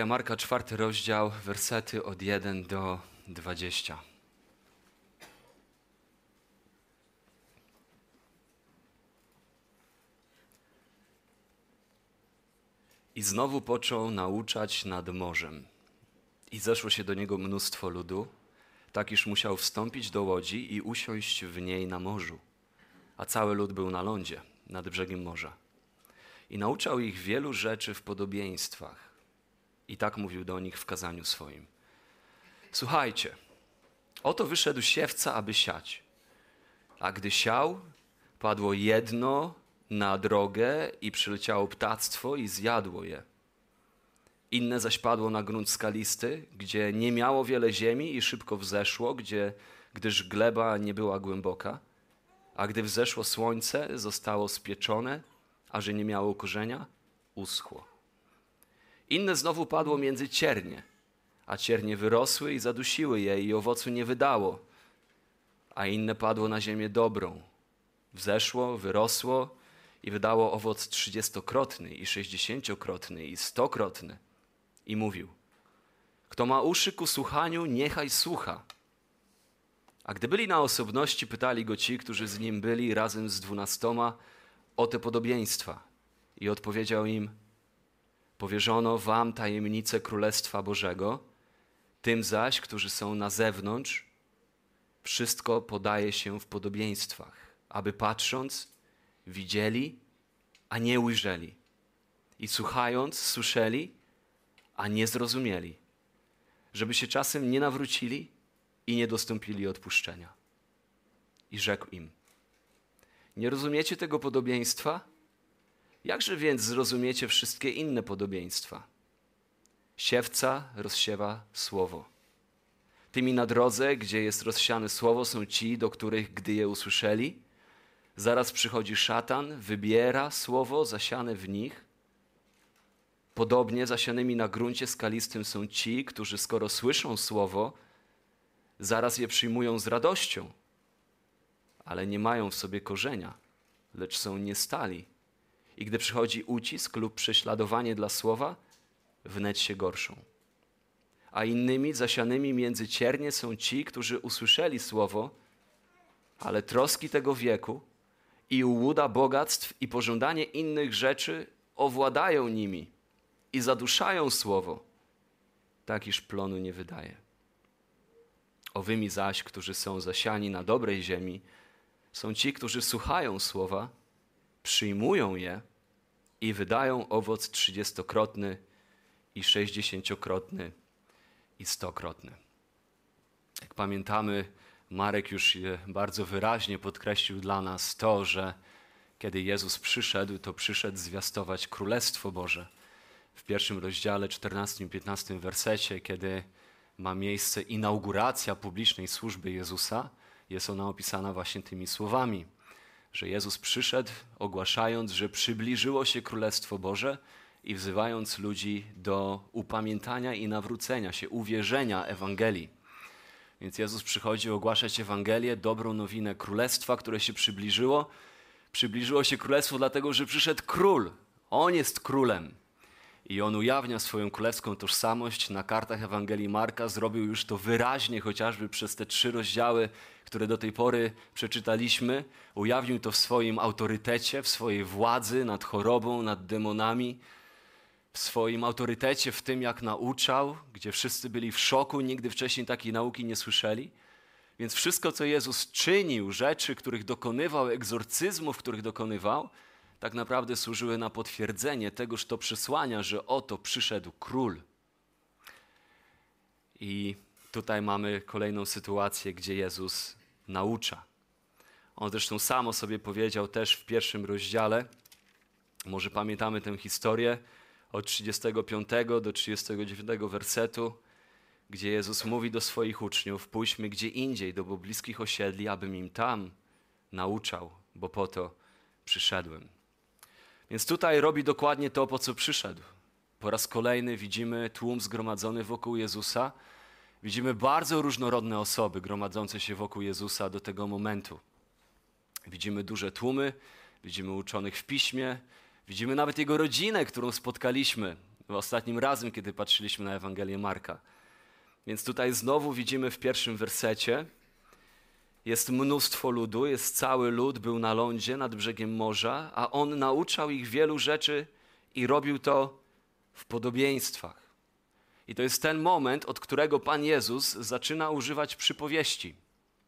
Ewangelia Marka, 4 rozdział, wersety od 1 do 20. I znowu począł nauczać nad morzem. I zeszło się do niego mnóstwo ludu, tak iż musiał wstąpić do łodzi i usiąść w niej na morzu. A cały lud był na lądzie, nad brzegiem morza. I nauczał ich wielu rzeczy w podobieństwach. I tak mówił do nich w kazaniu swoim. Słuchajcie, oto wyszedł siewca, aby siać. A gdy siał, padło jedno na drogę i przyleciało ptactwo i zjadło je. Inne zaś padło na grunt skalisty, gdzie nie miało wiele ziemi i szybko wzeszło, gdyż gleba nie była głęboka. A gdy wzeszło słońce, zostało spieczone, a że nie miało korzenia, uschło. Inne znowu padło między ciernie, a ciernie wyrosły i zadusiły je i owocu nie wydało. A inne padło na ziemię dobrą. Wzeszło, wyrosło i wydało owoc 30-krotny i 60-krotny i 100-krotny. I mówił, kto ma uszy ku słuchaniu, niechaj słucha. A gdy byli na osobności, pytali go ci, którzy z nim byli razem z 12 o te podobieństwa. I odpowiedział im, powierzono wam tajemnice Królestwa Bożego, tym zaś, którzy są na zewnątrz, wszystko podaje się w podobieństwach, aby patrząc, widzieli, a nie ujrzeli. I słuchając, słyszeli, a nie zrozumieli. Żeby się czasem nie nawrócili i nie dostąpili odpuszczenia. I rzekł im, nie rozumiecie tego podobieństwa? Jakże więc zrozumiecie wszystkie inne podobieństwa? Siewca rozsiewa słowo. Tymi na drodze, gdzie jest rozsiane słowo, są ci, do których, gdy je usłyszeli, zaraz przychodzi szatan, wybiera słowo zasiane w nich. Podobnie zasianymi na gruncie skalistym są ci, którzy skoro słyszą słowo, zaraz je przyjmują z radością, ale nie mają w sobie korzenia, lecz są niestali. I gdy przychodzi ucisk lub prześladowanie dla słowa, wnet się gorszą. A innymi zasianymi między ciernie są ci, którzy usłyszeli słowo, ale troski tego wieku i ułuda bogactw i pożądanie innych rzeczy owładają nimi i zaduszają słowo, tak iż plonu nie wydaje. Owymi zaś, którzy są zasiani na dobrej ziemi, są ci, którzy słuchają słowa, przyjmują je i wydają owoc 30-krotny i 60-krotny i 100-krotny. Jak pamiętamy, Marek już bardzo wyraźnie podkreślił dla nas to, że kiedy Jezus przyszedł, to przyszedł zwiastować Królestwo Boże. W 1 rozdziale, 14 i 15 wersecie, kiedy ma miejsce inauguracja publicznej służby Jezusa, jest ona opisana właśnie tymi słowami, że Jezus przyszedł ogłaszając, że przybliżyło się Królestwo Boże i wzywając ludzi do upamiętania i nawrócenia się, uwierzenia Ewangelii. Więc Jezus przychodzi ogłaszać Ewangelię, dobrą nowinę Królestwa, które się przybliżyło. Przybliżyło się Królestwo dlatego, że przyszedł Król. On jest Królem. I On ujawnia swoją królewską tożsamość na kartach Ewangelii Marka. Zrobił już to wyraźnie, chociażby przez te 3 rozdziały, które do tej pory przeczytaliśmy. Ujawnił to w swoim autorytecie, w swojej władzy nad chorobą, nad demonami, w swoim autorytecie, w tym jak nauczał, gdzie wszyscy byli w szoku, nigdy wcześniej takiej nauki nie słyszeli. Więc wszystko, co Jezus czynił, rzeczy, których dokonywał, egzorcyzmów, których dokonywał, tak naprawdę służyły na potwierdzenie tegoż to przesłania, że oto przyszedł Król. I tutaj mamy kolejną sytuację, gdzie Jezus naucza. On zresztą sam o sobie powiedział też w 1 rozdziale, może pamiętamy tę historię, od 35 do 39 wersetu, gdzie Jezus mówi do swoich uczniów, pójdźmy gdzie indziej, do pobliskich osiedli, abym im tam nauczał, bo po to przyszedłem. Więc tutaj robi dokładnie to, po co przyszedł. Po raz kolejny widzimy tłum zgromadzony wokół Jezusa. Widzimy bardzo różnorodne osoby gromadzące się wokół Jezusa do tego momentu. Widzimy duże tłumy, widzimy uczonych w piśmie, widzimy nawet Jego rodzinę, którą spotkaliśmy ostatnim razem, kiedy patrzyliśmy na Ewangelię Marka. Więc tutaj znowu widzimy w pierwszym wersecie, jest mnóstwo ludu, jest cały lud, był na lądzie nad brzegiem morza, a on nauczał ich wielu rzeczy i robił to w podobieństwach. I to jest ten moment, od którego Pan Jezus zaczyna używać przypowieści.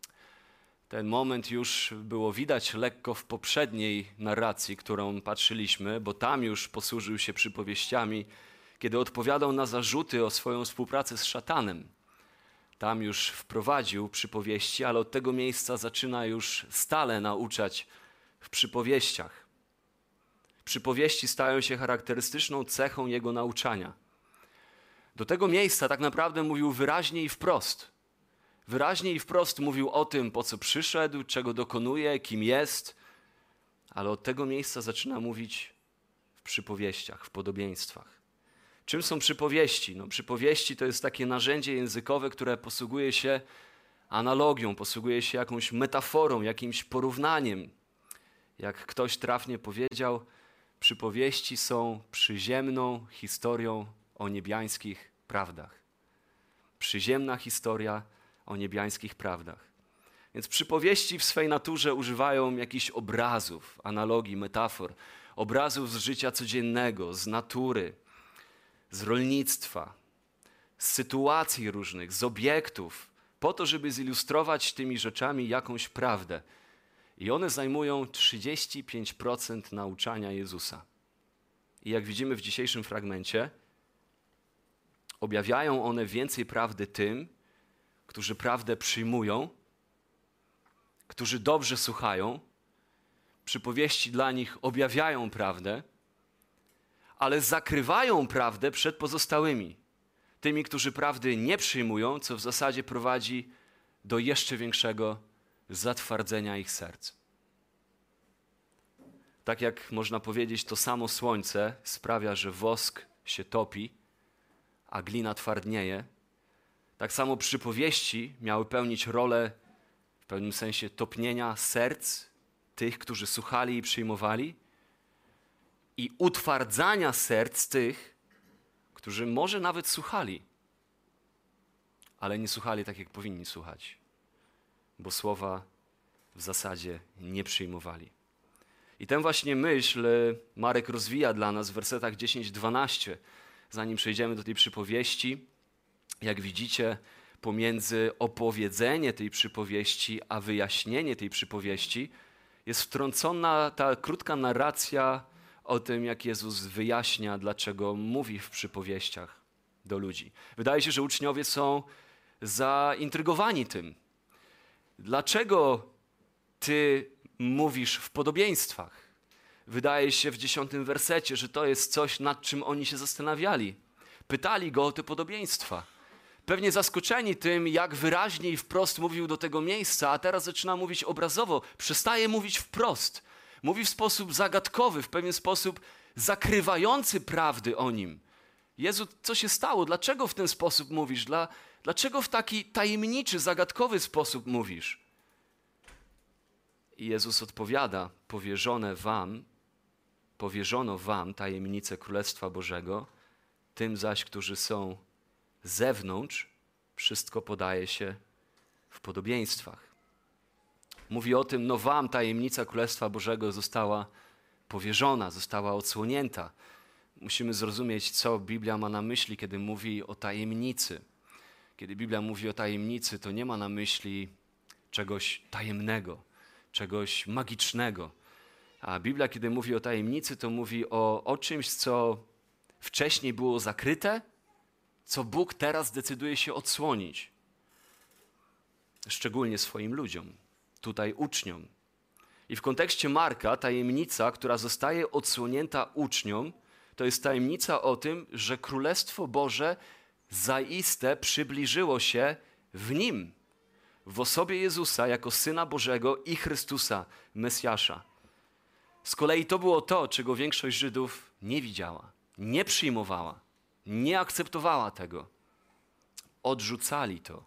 Ten moment już było widać lekko w poprzedniej narracji, którą patrzyliśmy, bo tam już posłużył się przypowieściami, kiedy odpowiadał na zarzuty o swoją współpracę z szatanem. Tam już wprowadził przypowieści, ale od tego miejsca zaczyna już stale nauczać w przypowieściach. Przypowieści stają się charakterystyczną cechą jego nauczania. Do tego miejsca tak naprawdę mówił wyraźnie i wprost. Wyraźnie i wprost mówił o tym, po co przyszedł, czego dokonuje, kim jest, ale od tego miejsca zaczyna mówić w przypowieściach, w podobieństwach. Czym są przypowieści? No, przypowieści to jest takie narzędzie językowe, które posługuje się analogią, posługuje się jakąś metaforą, jakimś porównaniem. Jak ktoś trafnie powiedział, przypowieści są przyziemną historią o niebiańskich prawdach. Przyziemna historia o niebiańskich prawdach. Więc przypowieści w swej naturze używają jakichś obrazów, analogii, metafor, obrazów z życia codziennego, z natury, z rolnictwa, z sytuacji różnych, z obiektów, po to, żeby zilustrować tymi rzeczami jakąś prawdę. I one zajmują 35% nauczania Jezusa. I jak widzimy w dzisiejszym fragmencie, objawiają one więcej prawdy tym, którzy prawdę przyjmują, którzy dobrze słuchają. Przypowieści dla nich objawiają prawdę, ale zakrywają prawdę przed pozostałymi. Tymi, którzy prawdy nie przyjmują, co w zasadzie prowadzi do jeszcze większego zatwardzenia ich serc. Tak jak można powiedzieć, to samo słońce sprawia, że wosk się topi, a glina twardnieje. Tak samo przypowieści miały pełnić rolę w pewnym sensie topnienia serc tych, którzy słuchali i przyjmowali, i utwardzania serc tych, którzy może nawet słuchali, ale nie słuchali tak, jak powinni słuchać, bo słowa w zasadzie nie przyjmowali. I tę właśnie myśl Marek rozwija dla nas w wersetach 10-12. Zanim przejdziemy do tej przypowieści, jak widzicie, pomiędzy opowiedzenie tej przypowieści a wyjaśnienie tej przypowieści jest wtrącona ta krótka narracja o tym, jak Jezus wyjaśnia, dlaczego mówi w przypowieściach do ludzi. Wydaje się, że uczniowie są zaintrygowani tym. Dlaczego Ty mówisz w podobieństwach? Wydaje się w 10 wersecie, że to jest coś, nad czym oni się zastanawiali. Pytali go o te podobieństwa. Pewnie zaskoczeni tym, jak wyraźnie i wprost mówił do tego miejsca, a teraz zaczyna mówić obrazowo. Przestaje mówić wprost. Mówi w sposób zagadkowy, w pewien sposób zakrywający prawdy o nim. Jezu, co się stało? Dlaczego w ten sposób mówisz? Dlaczego w taki tajemniczy, zagadkowy sposób mówisz? I Jezus odpowiada, powierzono wam tajemnicę Królestwa Bożego, tym zaś, którzy są z zewnątrz, wszystko podaje się w podobieństwach. Mówi o tym, no wam tajemnica Królestwa Bożego została powierzona, została odsłonięta. Musimy zrozumieć, co Biblia ma na myśli, kiedy mówi o tajemnicy. Kiedy Biblia mówi o tajemnicy, to nie ma na myśli czegoś tajemnego, czegoś magicznego. A Biblia, kiedy mówi o tajemnicy, to mówi o czymś, co wcześniej było zakryte, co Bóg teraz decyduje się odsłonić. Szczególnie swoim ludziom, tutaj uczniom. I w kontekście Marka tajemnica, która zostaje odsłonięta uczniom, to jest tajemnica o tym, że Królestwo Boże zaiste przybliżyło się w Nim, w osobie Jezusa jako Syna Bożego i Chrystusa, Mesjasza. Z kolei to było to, czego większość Żydów nie widziała, nie przyjmowała, nie akceptowała tego. Odrzucali to.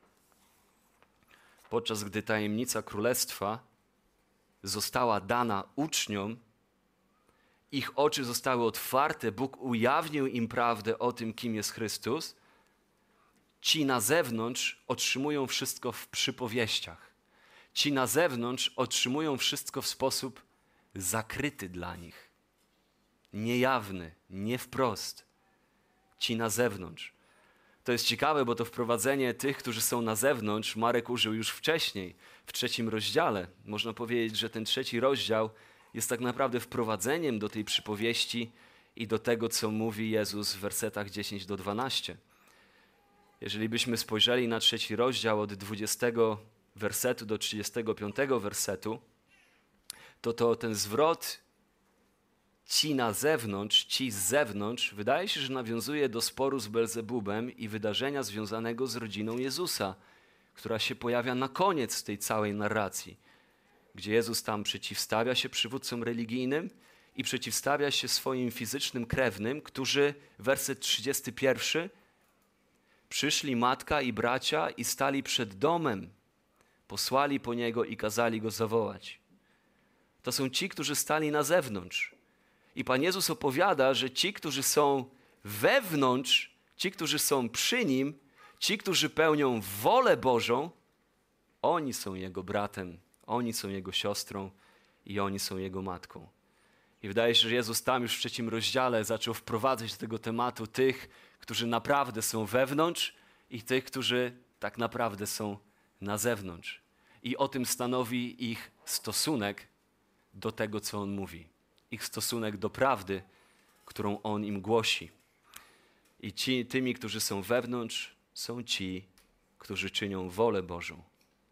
Podczas gdy tajemnica Królestwa została dana uczniom ich oczy zostały otwarte, Bóg ujawnił im prawdę o tym, kim jest Chrystus, ci na zewnątrz otrzymują wszystko w przypowieściach. Ci na zewnątrz otrzymują wszystko w sposób zakryty dla nich. Niejawny, nie wprost. Ci na zewnątrz. To jest ciekawe, bo to wprowadzenie tych, którzy są na zewnątrz, Marek użył już wcześniej, w 3 rozdziale. Można powiedzieć, że ten 3 rozdział jest tak naprawdę wprowadzeniem do tej przypowieści i do tego, co mówi Jezus w wersetach 10 do 12. Jeżeli byśmy spojrzeli na 3 rozdział od 20 wersetu do 35 wersetu, to ten zwrot ci na zewnątrz, ci z zewnątrz, wydaje się, że nawiązuje do sporu z Belzebubem i wydarzenia związanego z rodziną Jezusa, która się pojawia na koniec tej całej narracji, gdzie Jezus tam przeciwstawia się przywódcom religijnym i przeciwstawia się swoim fizycznym krewnym, którzy, werset 31, przyszli matka i bracia i stali przed domem, posłali po niego i kazali go zawołać. To są ci, którzy stali na zewnątrz. I Pan Jezus opowiada, że ci, którzy są wewnątrz, ci, którzy są przy Nim, ci, którzy pełnią wolę Bożą, oni są Jego bratem, oni są Jego siostrą i oni są Jego matką. I wydaje się, że Jezus tam już w 3 rozdziale zaczął wprowadzać do tego tematu tych, którzy naprawdę są wewnątrz i tych, którzy tak naprawdę są na zewnątrz. I o tym stanowi ich stosunek do tego, co On mówi. Ich stosunek do prawdy, którą On im głosi. I tymi, którzy są wewnątrz, są ci, którzy czynią wolę Bożą.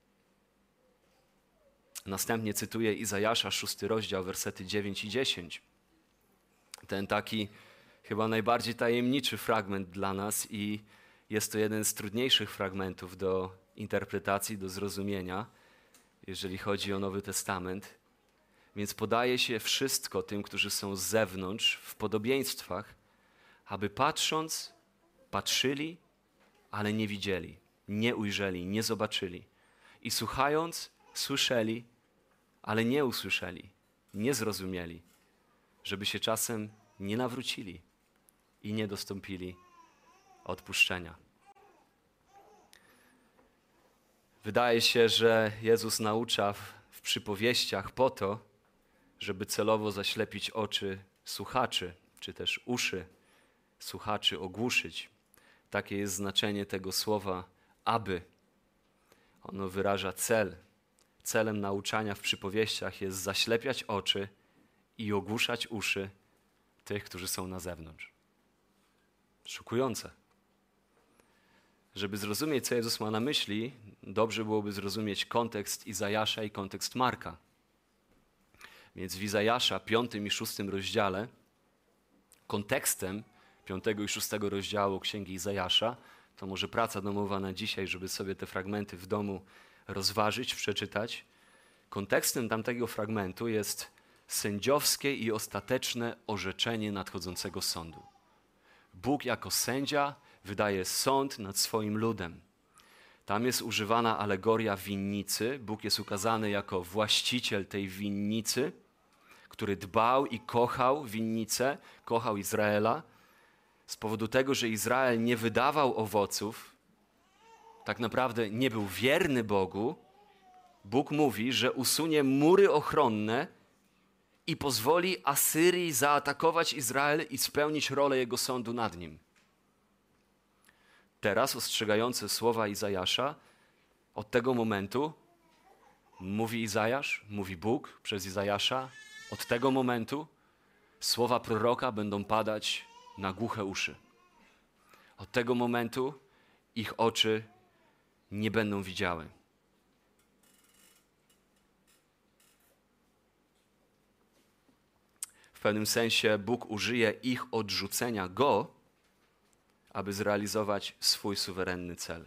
Następnie cytuję Izajasza, 6 rozdział, wersety 9 i 10. Ten taki chyba najbardziej tajemniczy fragment dla nas i jest to jeden z trudniejszych fragmentów do interpretacji, do zrozumienia, jeżeli chodzi o Nowy Testament. Więc podaje się wszystko tym, którzy są z zewnątrz, w podobieństwach, aby patrząc, patrzyli, ale nie widzieli, nie ujrzeli, nie zobaczyli. I słuchając, słyszeli, ale nie usłyszeli, nie zrozumieli, żeby się czasem nie nawrócili i nie dostąpili odpuszczenia. Wydaje się, że Jezus naucza w przypowieściach po to, żeby celowo zaślepić oczy słuchaczy, czy też uszy słuchaczy ogłuszyć. Takie jest znaczenie tego słowa aby. Ono wyraża cel. Celem nauczania w przypowieściach jest zaślepiać oczy i ogłuszać uszy tych, którzy są na zewnątrz. Szokujące. Żeby zrozumieć, co Jezus ma na myśli, dobrze byłoby zrozumieć kontekst Izajasza i kontekst Marka. Więc w Izajasza 5 i 6 rozdziale, kontekstem 5 i 6 rozdziału Księgi Izajasza, to może praca domowa na dzisiaj, żeby sobie te fragmenty w domu rozważyć, przeczytać. Kontekstem tamtego fragmentu jest sędziowskie i ostateczne orzeczenie nadchodzącego sądu. Bóg jako sędzia wydaje sąd nad swoim ludem. Tam jest używana alegoria winnicy. Bóg jest ukazany jako właściciel tej winnicy, który dbał i kochał winnicę, kochał Izraela. Z powodu tego, że Izrael nie wydawał owoców, tak naprawdę nie był wierny Bogu, Bóg mówi, że usunie mury ochronne i pozwoli Asyrii zaatakować Izrael i spełnić rolę jego sądu nad nim. Teraz ostrzegające słowa Izajasza, od tego momentu mówi Izajasz, mówi Bóg przez Izajasza, od tego momentu słowa proroka będą padać na głuche uszy. Od tego momentu ich oczy nie będą widziały. W pewnym sensie Bóg użyje ich odrzucenia Go, aby zrealizować swój suwerenny cel.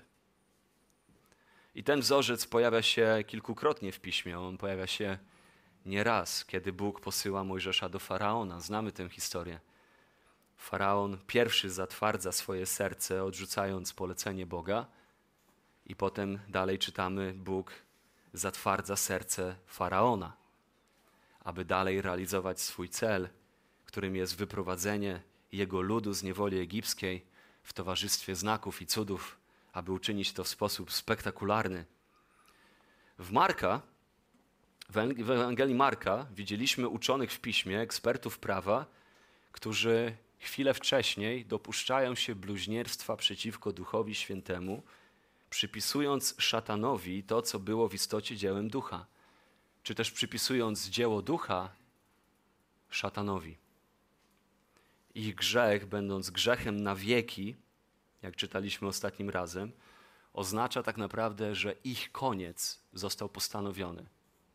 I ten wzorzec pojawia się kilkukrotnie w Piśmie. On pojawia się nieraz, kiedy Bóg posyła Mojżesza do Faraona. Znamy tę historię. Faraon pierwszy zatwardza swoje serce, odrzucając polecenie Boga, i potem dalej czytamy, Bóg zatwardza serce Faraona, aby dalej realizować swój cel, którym jest wyprowadzenie jego ludu z niewoli egipskiej w towarzystwie znaków i cudów, aby uczynić to w sposób spektakularny. W Ewangelii Marka widzieliśmy uczonych w piśmie, ekspertów prawa, którzy chwilę wcześniej dopuszczają się bluźnierstwa przeciwko Duchowi Świętemu, przypisując szatanowi to, co było w istocie dziełem ducha, czy też przypisując dzieło ducha szatanowi. Ich grzech, będąc grzechem na wieki, jak czytaliśmy ostatnim razem, oznacza tak naprawdę, że ich koniec został postanowiony.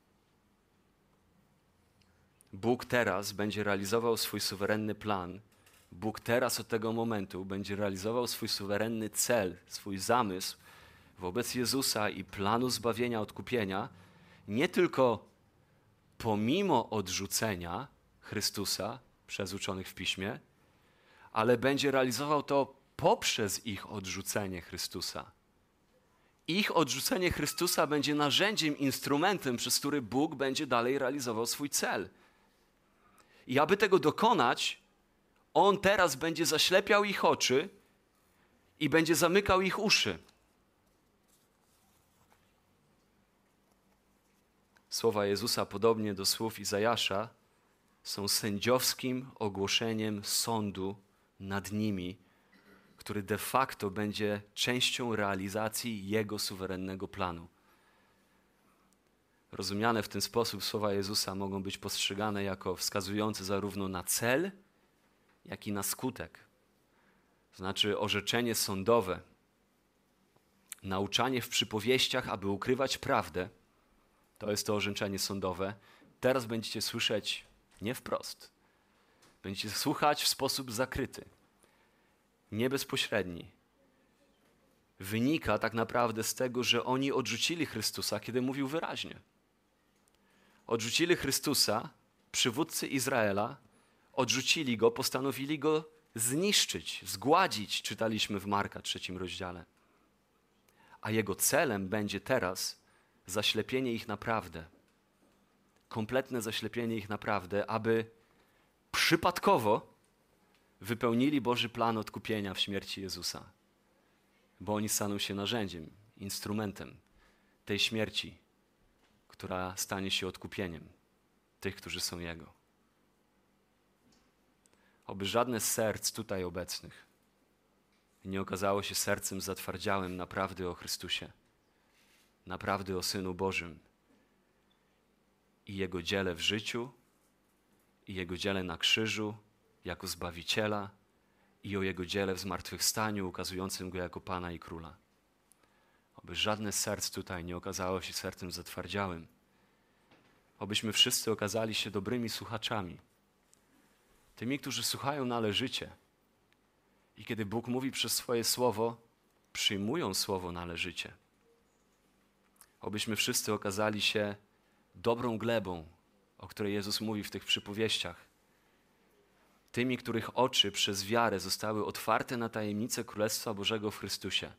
Bóg teraz będzie realizował swój suwerenny plan. Bóg teraz od tego momentu będzie realizował swój suwerenny cel, swój zamysł wobec Jezusa i planu zbawienia, odkupienia, nie tylko pomimo odrzucenia Chrystusa przez uczonych w Piśmie, ale będzie realizował to poprzez ich odrzucenie Chrystusa. Ich odrzucenie Chrystusa będzie narzędziem, instrumentem, przez który Bóg będzie dalej realizował swój cel. I aby tego dokonać, On teraz będzie zaślepiał ich oczy i będzie zamykał ich uszy. Słowa Jezusa, podobnie do słów Izajasza, są sędziowskim ogłoszeniem sądu nad nimi, który de facto będzie częścią realizacji Jego suwerennego planu. Rozumiane w ten sposób słowa Jezusa mogą być postrzegane jako wskazujące zarówno na cel, jak i na skutek. Znaczy orzeczenie sądowe, nauczanie w przypowieściach, aby ukrywać prawdę, to jest to orzeczenie sądowe. Teraz będziecie słyszeć nie wprost. Będziecie słuchać w sposób zakryty, nie bezpośredni. Wynika tak naprawdę z tego, że oni odrzucili Chrystusa, kiedy mówił wyraźnie. Odrzucili Chrystusa, przywódcy Izraela, odrzucili Go, postanowili Go zniszczyć, zgładzić, czytaliśmy w Marka 3 rozdziale. A Jego celem będzie teraz zaślepienie ich naprawdę. Kompletne zaślepienie ich naprawdę, aby przypadkowo wypełnili Boży plan odkupienia w śmierci Jezusa. Bo oni staną się narzędziem, instrumentem tej śmierci, która stanie się odkupieniem tych, którzy są Jego. Oby żadne z serc tutaj obecnych nie okazało się sercem zatwardziałym na prawdy o Chrystusie, na prawdy o Synu Bożym i Jego dziele w życiu, i Jego dziele na krzyżu jako Zbawiciela i o Jego dziele w zmartwychwstaniu, ukazującym Go jako Pana i Króla. Oby żadne z serc tutaj nie okazało się sercem zatwardziałym. Obyśmy wszyscy okazali się dobrymi słuchaczami. Tymi, którzy słuchają należycie. I kiedy Bóg mówi przez swoje słowo, przyjmują słowo należycie. Obyśmy wszyscy okazali się dobrą glebą, o której Jezus mówi w tych przypowieściach. Tymi, których oczy przez wiarę zostały otwarte na tajemnicę Królestwa Bożego w Chrystusie.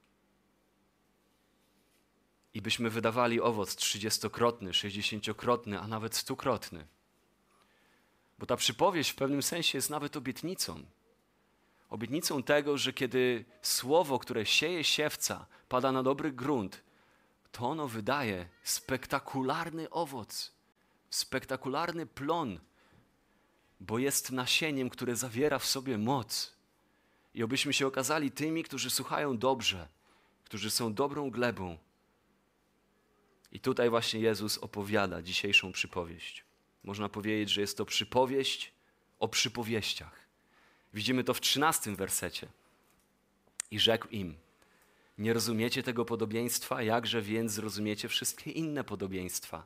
I byśmy wydawali owoc 30-krotny, 60-krotny, a nawet 100-krotny. Bo ta przypowieść w pewnym sensie jest nawet obietnicą. Obietnicą tego, że kiedy słowo, które sieje siewca, pada na dobry grunt, to ono wydaje spektakularny owoc, spektakularny plon, bo jest nasieniem, które zawiera w sobie moc. I obyśmy się okazali tymi, którzy słuchają dobrze, którzy są dobrą glebą. I tutaj właśnie Jezus opowiada dzisiejszą przypowieść. Można powiedzieć, że jest to przypowieść o przypowieściach. Widzimy to w 13 wersecie. I rzekł im: nie rozumiecie tego podobieństwa, jakże więc zrozumiecie wszystkie inne podobieństwa?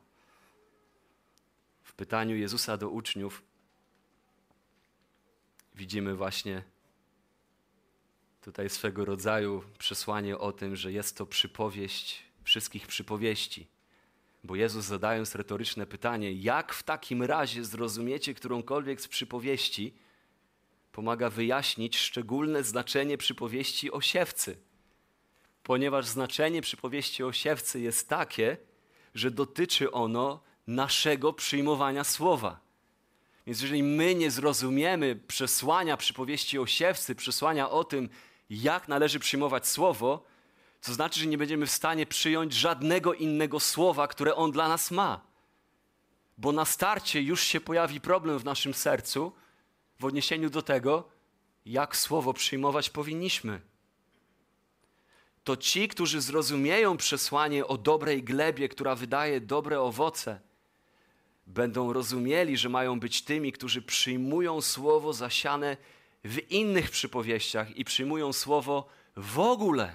W pytaniu Jezusa do uczniów widzimy właśnie tutaj swego rodzaju przesłanie o tym, że jest to przypowieść wszystkich przypowieści. Bo Jezus, zadając retoryczne pytanie, jak w takim razie zrozumiecie którąkolwiek z przypowieści, pomaga wyjaśnić szczególne znaczenie przypowieści o siewcy. Ponieważ znaczenie przypowieści o siewcy jest takie, że dotyczy ono naszego przyjmowania słowa. Więc jeżeli my nie zrozumiemy przesłania przypowieści o siewcy, przesłania o tym, jak należy przyjmować słowo, to znaczy, że nie będziemy w stanie przyjąć żadnego innego słowa, które On dla nas ma. Bo na starcie już się pojawi problem w naszym sercu w odniesieniu do tego, jak słowo przyjmować powinniśmy. To ci, którzy zrozumieją przesłanie o dobrej glebie, która wydaje dobre owoce, będą rozumieli, że mają być tymi, którzy przyjmują słowo zasiane w innych przypowieściach i przyjmują słowo w ogóle.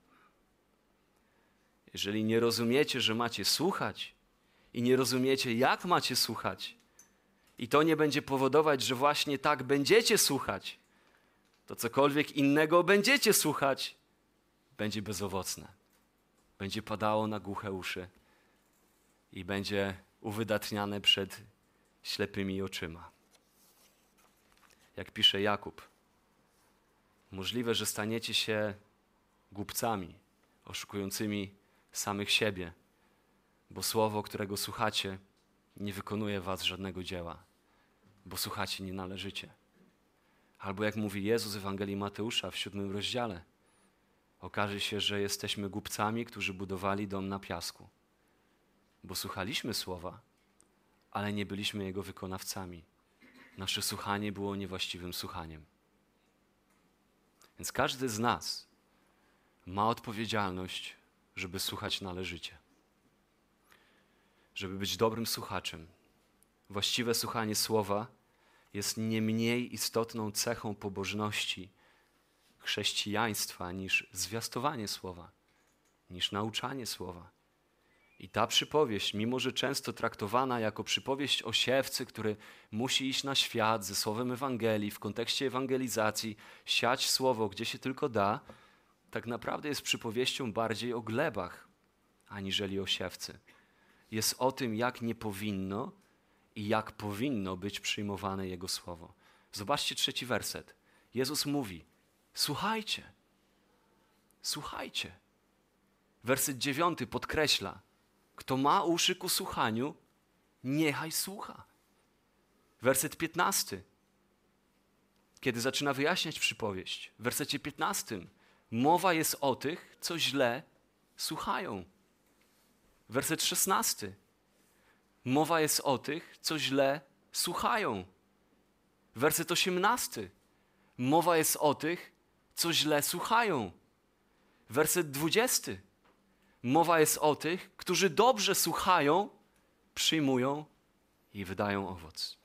Jeżeli nie rozumiecie, że macie słuchać i nie rozumiecie, jak macie słuchać, i to nie będzie powodować, że właśnie tak będziecie słuchać, to cokolwiek innego będziecie słuchać, będzie bezowocne. Będzie padało na głuche uszy i będzie uwydatniane przed ślepymi oczyma. Jak pisze Jakub, możliwe, że staniecie się głupcami, oszukującymi samych siebie, bo słowo, którego słuchacie, nie wykonuje was żadnego dzieła, bo słuchacie nie należycie. Albo jak mówi Jezus w Ewangelii Mateusza w 7 rozdziale, okaże się, że jesteśmy głupcami, którzy budowali dom na piasku, bo słuchaliśmy słowa, ale nie byliśmy jego wykonawcami. Nasze słuchanie było niewłaściwym słuchaniem. Więc każdy z nas ma odpowiedzialność, żeby słuchać należycie. Żeby być dobrym słuchaczem. Właściwe słuchanie słowa jest nie mniej istotną cechą pobożności chrześcijaństwa niż zwiastowanie słowa, niż nauczanie słowa. I ta przypowieść, mimo że często traktowana jako przypowieść o siewcy, który musi iść na świat ze słowem Ewangelii, w kontekście ewangelizacji, siać słowo gdzie się tylko da, tak naprawdę jest przypowieścią bardziej o glebach, aniżeli o siewcy. Jest o tym, jak nie powinno i jak powinno być przyjmowane Jego słowo. Zobaczcie 3 werset. Jezus mówi, słuchajcie, słuchajcie. Werset 9 podkreśla, kto ma uszy ku słuchaniu, niechaj słucha. Werset 15, kiedy zaczyna wyjaśniać przypowieść. W wersecie 15 mowa jest o tych, co źle słuchają. Werset 16. Mowa jest o tych, co źle słuchają. Werset 18. Mowa jest o tych, co źle słuchają. Werset 20. Mowa jest o tych, którzy dobrze słuchają, przyjmują i wydają owoc.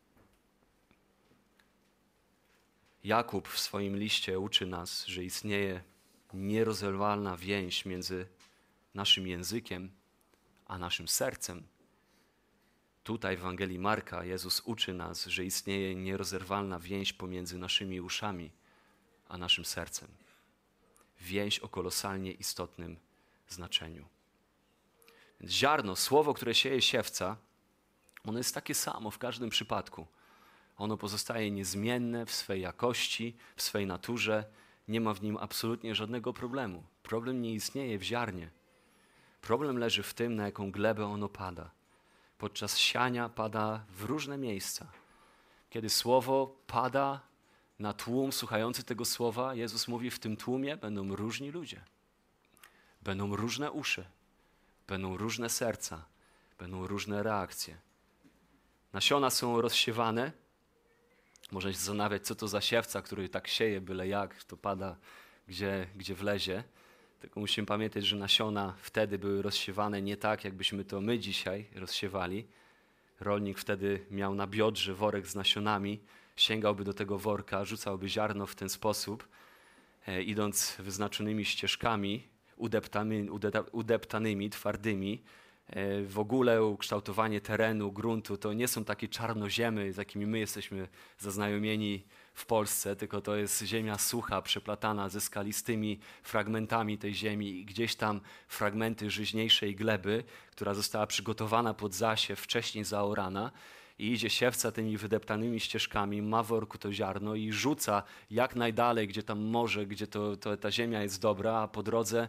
Jakub w swoim liście uczy nas, że istnieje nierozerwalna więź między naszym językiem a naszym sercem. Tutaj w Ewangelii Marka Jezus uczy nas, że istnieje nierozerwalna więź pomiędzy naszymi uszami a naszym sercem. Więź o kolosalnie istotnym znaczeniu. Więc ziarno, słowo, które sieje siewca, ono jest takie samo w każdym przypadku. Ono pozostaje niezmienne w swej jakości, w swej naturze. Nie ma w nim absolutnie żadnego problemu. Problem nie istnieje w ziarnie. Problem leży w tym, na jaką glebę ono pada. Podczas siania pada w różne miejsca. Kiedy słowo pada na tłum słuchający tego słowa, Jezus mówi, w tym tłumie będą różni ludzie. Będą różne uszy, będą różne serca, będą różne reakcje. Nasiona są rozsiewane. Można się zastanawiać, co to za siewca, który tak sieje byle jak, to pada gdzie wlezie. Tylko musimy pamiętać, że nasiona wtedy były rozsiewane nie tak, jakbyśmy to my dzisiaj rozsiewali. Rolnik wtedy miał na biodrze worek z nasionami, sięgałby do tego worka, rzucałby ziarno w ten sposób, idąc wyznaczonymi ścieżkami, udeptanymi, twardymi. W ogóle ukształtowanie terenu, gruntu to nie są takie czarnoziemy, z jakimi my jesteśmy zaznajomieni w Polsce, tylko to jest ziemia sucha, przeplatana ze skalistymi fragmentami tej ziemi i gdzieś tam fragmenty żyźniejszej gleby, która została przygotowana pod zasiew, wcześniej zaorana i idzie siewca tymi wydeptanymi ścieżkami, ma w worku to ziarno i rzuca jak najdalej, gdzie tam może, gdzie ta ziemia jest dobra, a po drodze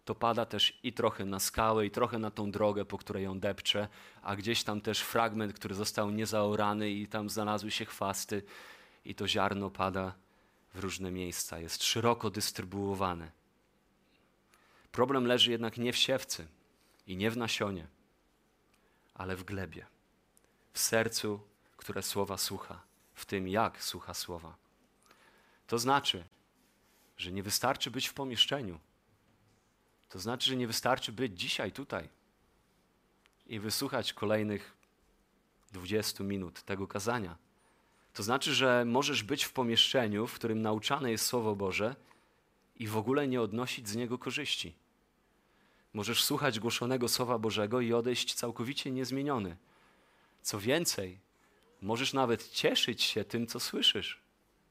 to pada też i trochę na skałę, i trochę na tą drogę, po której ją depcze, a gdzieś tam też fragment, który został niezaorany i tam znalazły się chwasty i to ziarno pada w różne miejsca, jest szeroko dystrybuowane. Problem leży jednak nie w siewcy i nie w nasionie, ale w glebie, w sercu, które słowa słucha, w tym jak słucha słowa. To znaczy, że nie wystarczy być w pomieszczeniu. To znaczy, że nie wystarczy być dzisiaj tutaj i wysłuchać kolejnych 20 minut tego kazania. To znaczy, że możesz być w pomieszczeniu, w którym nauczane jest Słowo Boże i w ogóle nie odnosić z niego korzyści. Możesz słuchać głoszonego Słowa Bożego i odejść całkowicie niezmieniony. Co więcej, możesz nawet cieszyć się tym, co słyszysz.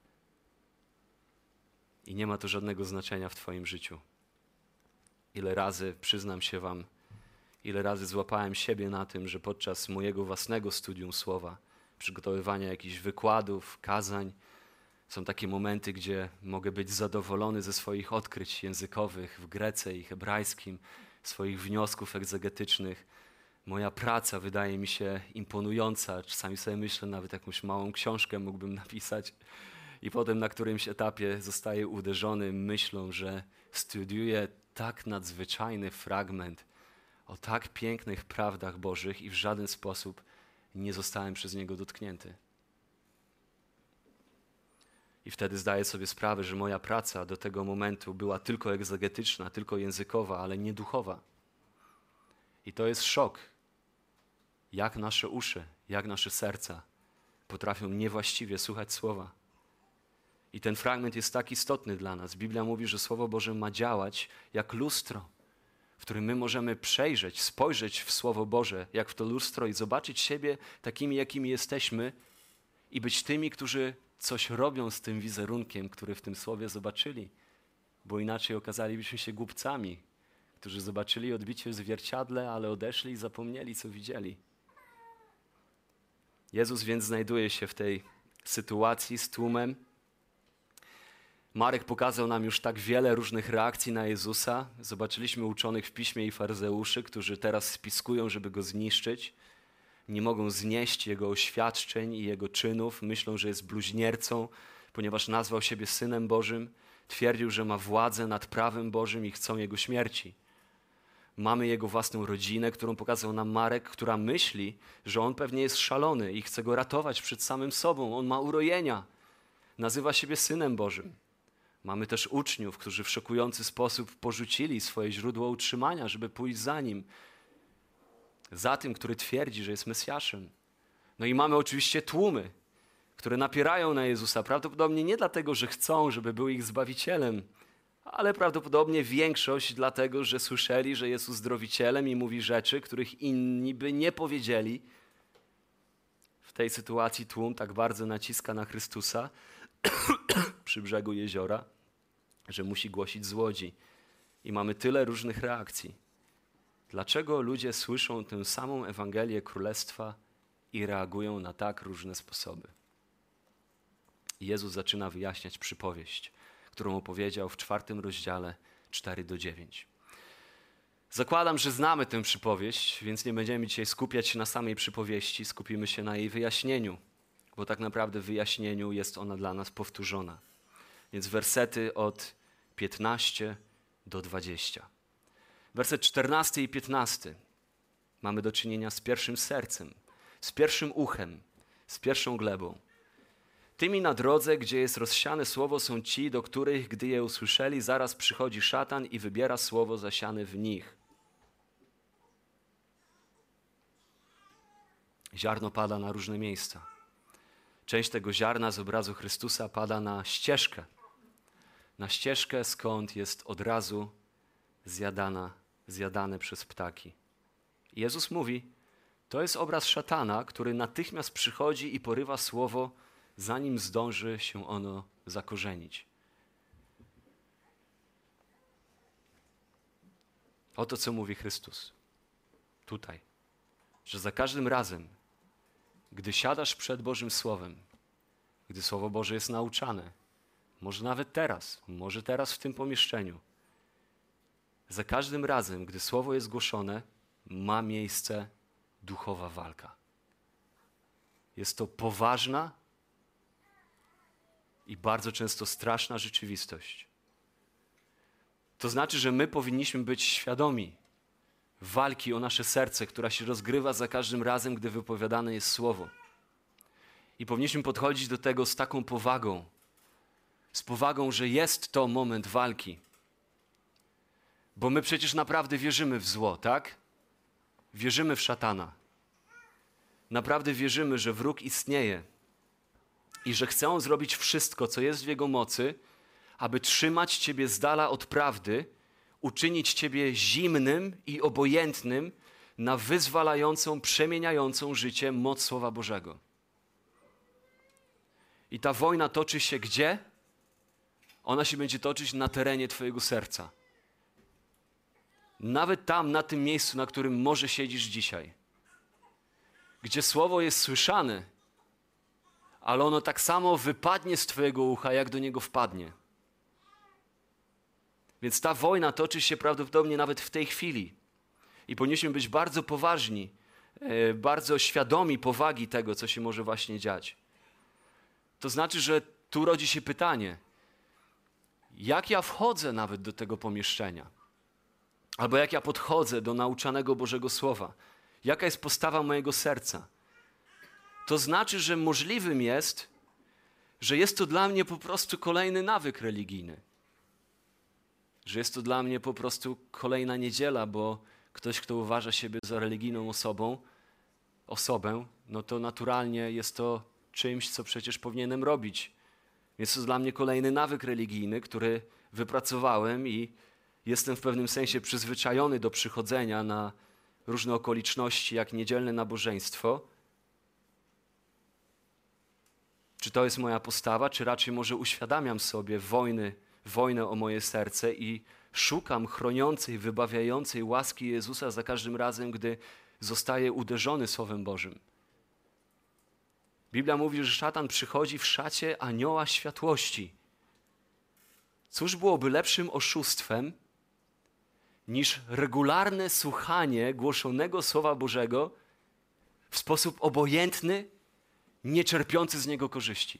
I nie ma to żadnego znaczenia w twoim życiu. Ile razy, przyznam się wam, ile razy złapałem siebie na tym, że podczas mojego własnego studium Słowa, przygotowywania jakichś wykładów, kazań, są takie momenty, gdzie mogę być zadowolony ze swoich odkryć językowych w grece i hebrajskim, swoich wniosków egzegetycznych. Moja praca wydaje mi się imponująca. Czasami sobie myślę, nawet jakąś małą książkę mógłbym napisać. I potem na którymś etapie zostaję uderzony myślą, że studiuję tak nadzwyczajny fragment o tak pięknych prawdach Bożych i w żaden sposób nie zostałem przez niego dotknięty. I wtedy zdaję sobie sprawę, że moja praca do tego momentu była tylko egzegetyczna, tylko językowa, ale nie duchowa. I to jest szok, jak nasze uszy, jak nasze serca potrafią niewłaściwie słuchać słowa. I ten fragment jest tak istotny dla nas. Biblia mówi, że Słowo Boże ma działać jak lustro, w którym my możemy przejrzeć, spojrzeć w Słowo Boże, jak w to lustro i zobaczyć siebie takimi, jakimi jesteśmy i być tymi, którzy coś robią z tym wizerunkiem, który w tym Słowie zobaczyli. Bo inaczej okazalibyśmy się głupcami, którzy zobaczyli odbicie w zwierciadle, ale odeszli i zapomnieli, co widzieli. Jezus więc znajduje się w tej sytuacji z tłumem. Marek pokazał nam już tak wiele różnych reakcji na Jezusa. Zobaczyliśmy uczonych w piśmie i faryzeuszy, którzy teraz spiskują, żeby go zniszczyć. Nie mogą znieść jego oświadczeń i jego czynów. Myślą, że jest bluźniercą, ponieważ nazwał siebie Synem Bożym. Twierdził, że ma władzę nad prawem Bożym i chcą jego śmierci. Mamy jego własną rodzinę, którą pokazał nam Marek, która myśli, że on pewnie jest szalony i chce go ratować przed samym sobą. On ma urojenia. Nazywa siebie Synem Bożym. Mamy też uczniów, którzy w szokujący sposób porzucili swoje źródło utrzymania, żeby pójść za nim. Za tym, który twierdzi, że jest Mesjaszem. No i mamy oczywiście tłumy, które napierają na Jezusa. Prawdopodobnie nie dlatego, że chcą, żeby był ich Zbawicielem, ale prawdopodobnie większość dlatego, że słyszeli, że jest uzdrowicielem i mówi rzeczy, których inni by nie powiedzieli. W tej sytuacji tłum tak bardzo naciska na Chrystusa przy brzegu jeziora, że musi głosić z łodzi. I mamy tyle różnych reakcji. Dlaczego ludzie słyszą tę samą Ewangelię Królestwa i reagują na tak różne sposoby? Jezus zaczyna wyjaśniać przypowieść, którą opowiedział w 4 rozdziale 4-9. Zakładam, że znamy tę przypowieść, więc nie będziemy dzisiaj skupiać się na samej przypowieści, skupimy się na jej wyjaśnieniu, bo tak naprawdę w wyjaśnieniu jest ona dla nas powtórzona. Więc wersety od 15 do 20. Werset 14 i 15. Mamy do czynienia z pierwszym sercem, z pierwszym uchem, z pierwszą glebą. Tymi na drodze, gdzie jest rozsiane słowo, są ci, do których, gdy je usłyszeli, zaraz przychodzi szatan i wybiera słowo zasiane w nich. Ziarno pada na różne miejsca. Część tego ziarna z obrazu Chrystusa pada na ścieżkę. Na ścieżkę, skąd jest od razu zjadane przez ptaki. Jezus mówi, to jest obraz szatana, który natychmiast przychodzi i porywa słowo, zanim zdąży się ono zakorzenić. Oto co mówi Chrystus tutaj, że za każdym razem, gdy siadasz przed Bożym Słowem, gdy Słowo Boże jest nauczane, może nawet teraz, może teraz w tym pomieszczeniu, za każdym razem, gdy słowo jest głoszone, ma miejsce duchowa walka. Jest to poważna i bardzo często straszna rzeczywistość. To znaczy, że my powinniśmy być świadomi walki o nasze serce, która się rozgrywa za każdym razem, gdy wypowiadane jest słowo. I powinniśmy podchodzić do tego z taką powagą, z powagą, że jest to moment walki. Bo my przecież naprawdę wierzymy w zło, tak? Wierzymy w szatana. Naprawdę wierzymy, że wróg istnieje i że chce on zrobić wszystko, co jest w jego mocy, aby trzymać ciebie z dala od prawdy, uczynić ciebie zimnym i obojętnym na wyzwalającą, przemieniającą życie moc Słowa Bożego. I ta wojna toczy się gdzie? Ona się będzie toczyć na terenie twojego serca. Nawet tam, na tym miejscu, na którym może siedzisz dzisiaj. Gdzie słowo jest słyszane, ale ono tak samo wypadnie z twojego ucha, jak do niego wpadnie. Więc ta wojna toczy się prawdopodobnie nawet w tej chwili. I powinniśmy być bardzo poważni, bardzo świadomi powagi tego, co się może właśnie dziać. To znaczy, że tu rodzi się pytanie, jak ja wchodzę nawet do tego pomieszczenia? Albo jak ja podchodzę do nauczanego Bożego Słowa? Jaka jest postawa mojego serca? To znaczy, że możliwym jest, że jest to dla mnie po prostu kolejny nawyk religijny. Że jest to dla mnie po prostu kolejna niedziela, bo ktoś, kto uważa siebie za religijną osobę, no to naturalnie jest to czymś, co przecież powinienem robić. Jest to dla mnie kolejny nawyk religijny, który wypracowałem i jestem w pewnym sensie przyzwyczajony do przychodzenia na różne okoliczności, jak niedzielne nabożeństwo. Czy to jest moja postawa, czy raczej może uświadamiam sobie wojnę o moje serce i szukam chroniącej, wybawiającej łaski Jezusa za każdym razem, gdy zostaje uderzony Słowem Bożym. Biblia mówi, że szatan przychodzi w szacie anioła światłości. Cóż byłoby lepszym oszustwem niż regularne słuchanie głoszonego Słowa Bożego w sposób obojętny, nieczerpiący z niego korzyści.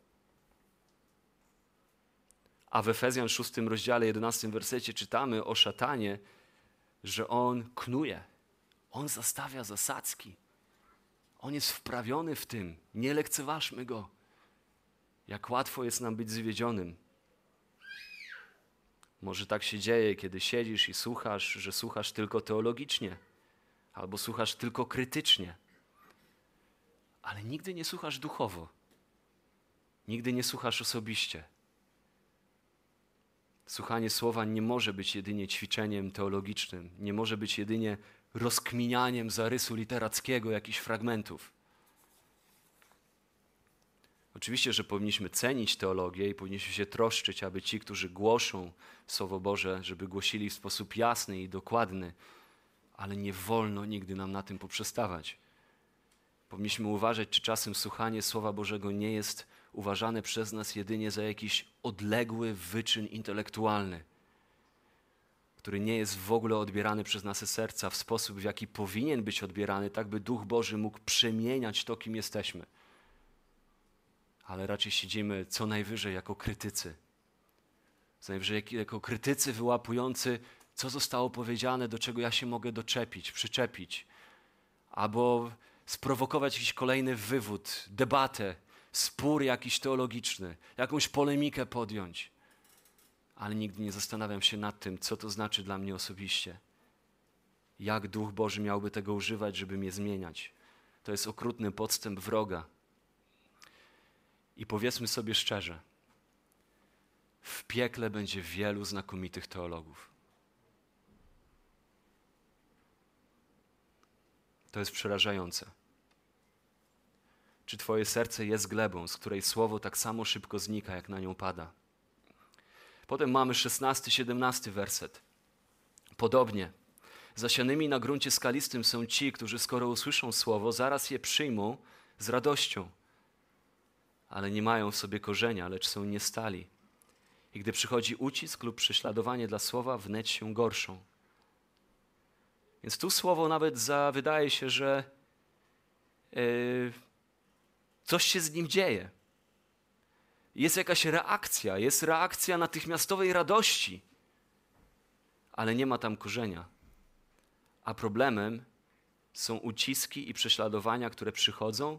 A w Efezjan 6 rozdziale 11 wersecie czytamy o szatanie, że on knuje, on zastawia zasadzki. On jest wprawiony w tym. Nie lekceważmy go. Jak łatwo jest nam być zwiedzionym. Może tak się dzieje, kiedy siedzisz i słuchasz, że słuchasz tylko teologicznie, albo słuchasz tylko krytycznie, ale nigdy nie słuchasz duchowo. Nigdy nie słuchasz osobiście. Słuchanie słowa nie może być jedynie ćwiczeniem teologicznym, nie może być jedynie rozkminianiem zarysu literackiego jakichś fragmentów. Oczywiście, że powinniśmy cenić teologię i powinniśmy się troszczyć, aby ci, którzy głoszą Słowo Boże, żeby głosili w sposób jasny i dokładny, ale nie wolno nigdy nam na tym poprzestawać. Powinniśmy uważać, czy czasem słuchanie Słowa Bożego nie jest uważane przez nas jedynie za jakiś odległy wyczyn intelektualny, który nie jest w ogóle odbierany przez nasze serca w sposób, w jaki powinien być odbierany, tak by Duch Boży mógł przemieniać to, kim jesteśmy. Ale raczej siedzimy co najwyżej jako krytycy. Co najwyżej jako krytycy wyłapujący, co zostało powiedziane, do czego ja się mogę doczepić, przyczepić. Albo sprowokować jakiś kolejny wywód, debatę, spór jakiś teologiczny, jakąś polemikę podjąć. Ale nigdy nie zastanawiam się nad tym, co to znaczy dla mnie osobiście. Jak Duch Boży miałby tego używać, żeby mnie zmieniać. To jest okrutny podstęp wroga. I powiedzmy sobie szczerze, w piekle będzie wielu znakomitych teologów. To jest przerażające. Czy twoje serce jest glebą, z której słowo tak samo szybko znika, jak na nią pada? Potem mamy 16-17 werset. Podobnie, zasianymi na gruncie skalistym są ci, którzy skoro usłyszą słowo, zaraz je przyjmą z radością, ale nie mają w sobie korzenia, lecz są niestali. I gdy przychodzi ucisk lub prześladowanie dla słowa, wnet się gorszą. Więc tu słowo nawet wydaje się, że coś się z nim dzieje. Jest jakaś reakcja, jest reakcja natychmiastowej radości, ale nie ma tam korzenia. A problemem są uciski i prześladowania, które przychodzą